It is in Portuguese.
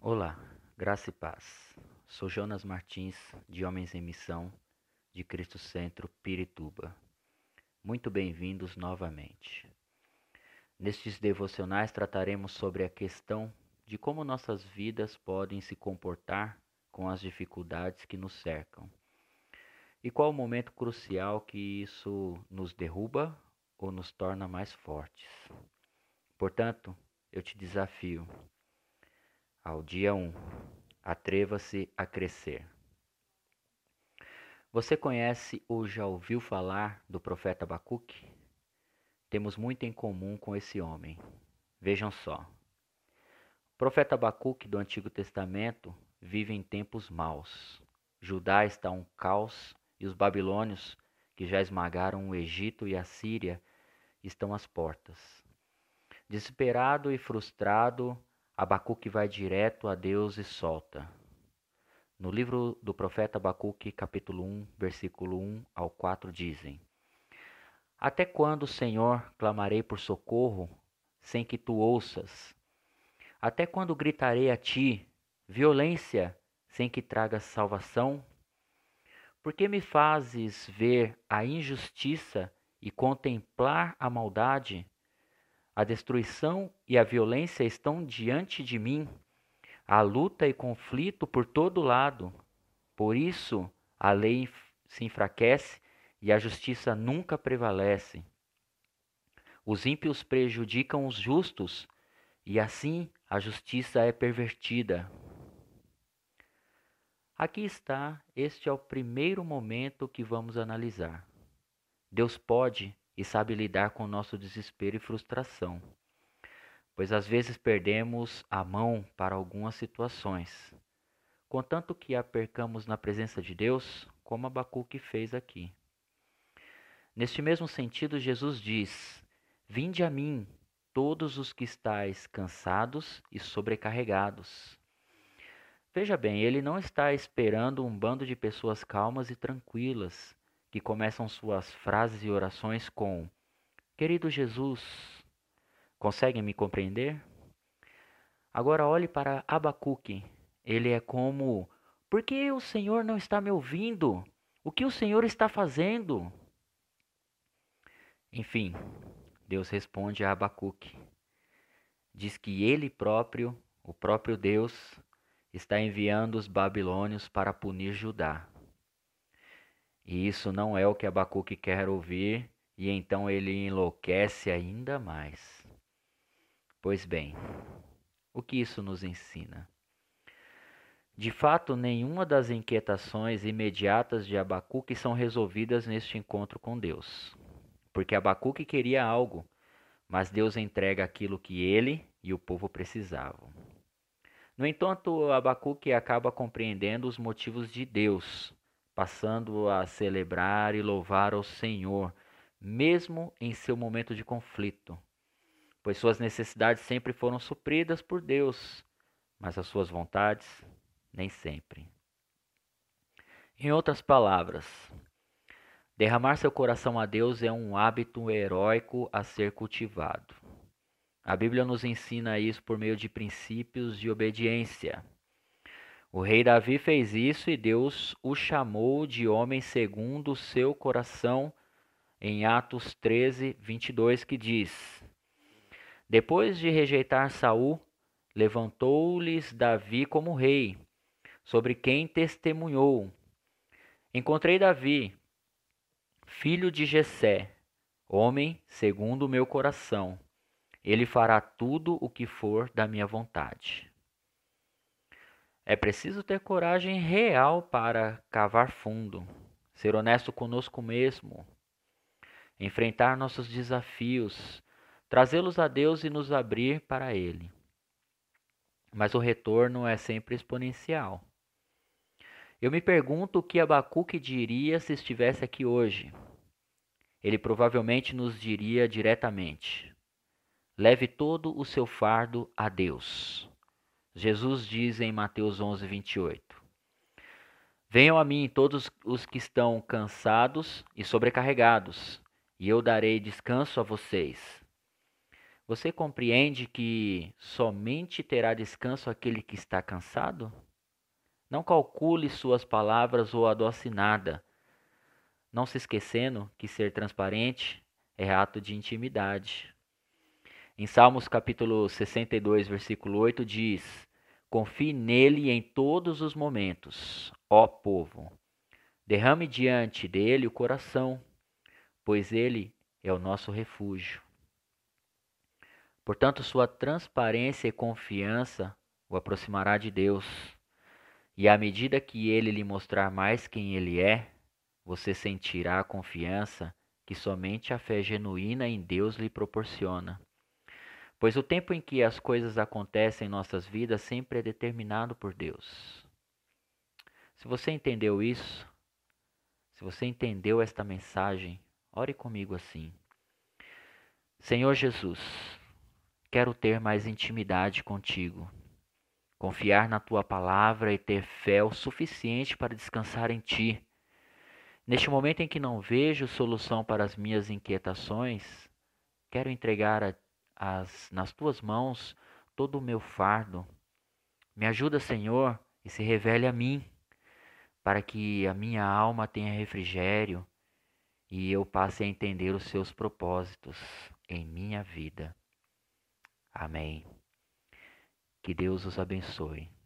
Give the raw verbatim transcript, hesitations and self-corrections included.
Olá, graça e paz. Sou Jonas Martins, de Homens em Missão, de Cristo Centro, Pirituba. Muito bem-vindos novamente. Nestes devocionais trataremos sobre a questão de como nossas vidas podem se comportar com as dificuldades que nos cercam e qual o momento crucial que isso nos derruba ou nos torna mais fortes. Portanto, eu te desafio ao dia um. Atreva-se a crescer. Você conhece ou já ouviu falar do profeta Abacuque? Temos muito em comum com esse homem. Vejam só. O profeta Abacuque do Antigo Testamento vive em tempos maus. Judá está um caos e os babilônios, que já esmagaram o Egito e a Síria, estão às portas. Desesperado e frustrado, Abacuque vai direto a Deus e solta. No livro do profeta Abacuque, capítulo um, versículo um ao quatro, dizem: Até quando, Senhor, clamarei por socorro, sem que tu ouças? Até quando gritarei a ti, violência, sem que tragas salvação? Por que me fazes ver a injustiça e contemplar a maldade? A destruição e a violência estão diante de mim. Há luta e conflito por todo lado. Por isso, a lei se enfraquece e a justiça nunca prevalece. Os ímpios prejudicam os justos e assim a justiça é pervertida. Aqui está, este é o primeiro momento que vamos analisar. Deus pode e sabe lidar com o nosso desespero e frustração, pois às vezes perdemos a mão para algumas situações, contanto que a percamos na presença de Deus, como Abacuque fez aqui. Neste mesmo sentido, Jesus diz: Vinde a mim, todos os que estáis cansados e sobrecarregados. Veja bem, ele não está esperando um bando de pessoas calmas e tranquilas, que começam suas frases e orações com: Querido Jesus, conseguem me compreender? Agora olhe para Abacuque. Ele é como: Por que o Senhor não está me ouvindo? O que o Senhor está fazendo? Enfim, Deus responde a Abacuque. Diz que ele próprio, o próprio Deus, está enviando os babilônios para punir Judá. E isso não é o que Abacuque quer ouvir, e então ele enlouquece ainda mais. Pois bem, o que isso nos ensina? De fato, nenhuma das inquietações imediatas de Abacuque são resolvidas neste encontro com Deus. Porque Abacuque queria algo, mas Deus entrega aquilo que ele e o povo precisavam. No entanto, Abacuque acaba compreendendo os motivos de Deus, passando a celebrar e louvar ao Senhor, mesmo em seu momento de conflito, pois suas necessidades sempre foram supridas por Deus, mas as suas vontades nem sempre. Em outras palavras, derramar seu coração a Deus é um hábito heróico a ser cultivado. A Bíblia nos ensina isso por meio de princípios de obediência. O rei Davi fez isso e Deus o chamou de homem segundo o seu coração, em Atos treze, vinte e dois, que diz: Depois de rejeitar Saul, levantou-lhes Davi como rei, sobre quem testemunhou: Encontrei Davi, filho de Jessé, homem segundo o meu coração. Ele fará tudo o que for da minha vontade. É preciso ter coragem real para cavar fundo, ser honesto conosco mesmo, enfrentar nossos desafios, trazê-los a Deus e nos abrir para Ele. Mas o retorno é sempre exponencial. Eu me pergunto o que Abacuque diria se estivesse aqui hoje. Ele provavelmente nos diria diretamente: leve todo o seu fardo a Deus. Jesus diz em Mateus onze, vinte e oito: Venham a mim todos os que estão cansados e sobrecarregados, e eu darei descanso a vocês. Você compreende que somente terá descanso aquele que está cansado? Não calcule suas palavras ou adoce nada, não se esquecendo que ser transparente é ato de intimidade. Em Salmos capítulo sessenta e dois, versículo oito diz: Confie nele em todos os momentos, ó povo. Derrame diante dele o coração, pois ele é o nosso refúgio. Portanto, sua transparência e confiança o aproximará de Deus. E à medida que ele lhe mostrar mais quem ele é, você sentirá a confiança que somente a fé genuína em Deus lhe proporciona. Pois o tempo em que as coisas acontecem em nossas vidas sempre é determinado por Deus. Se você entendeu isso, se você entendeu esta mensagem, ore comigo assim: Senhor Jesus, quero ter mais intimidade contigo, confiar na tua palavra e ter fé o suficiente para descansar em ti. Neste momento em que não vejo solução para as minhas inquietações, quero entregar a, as, nas tuas mãos todo o meu fardo. Me ajuda, Senhor, e se revele a mim, para que a minha alma tenha refrigério e eu passe a entender os seus propósitos em minha vida. Amém. Que Deus os abençoe.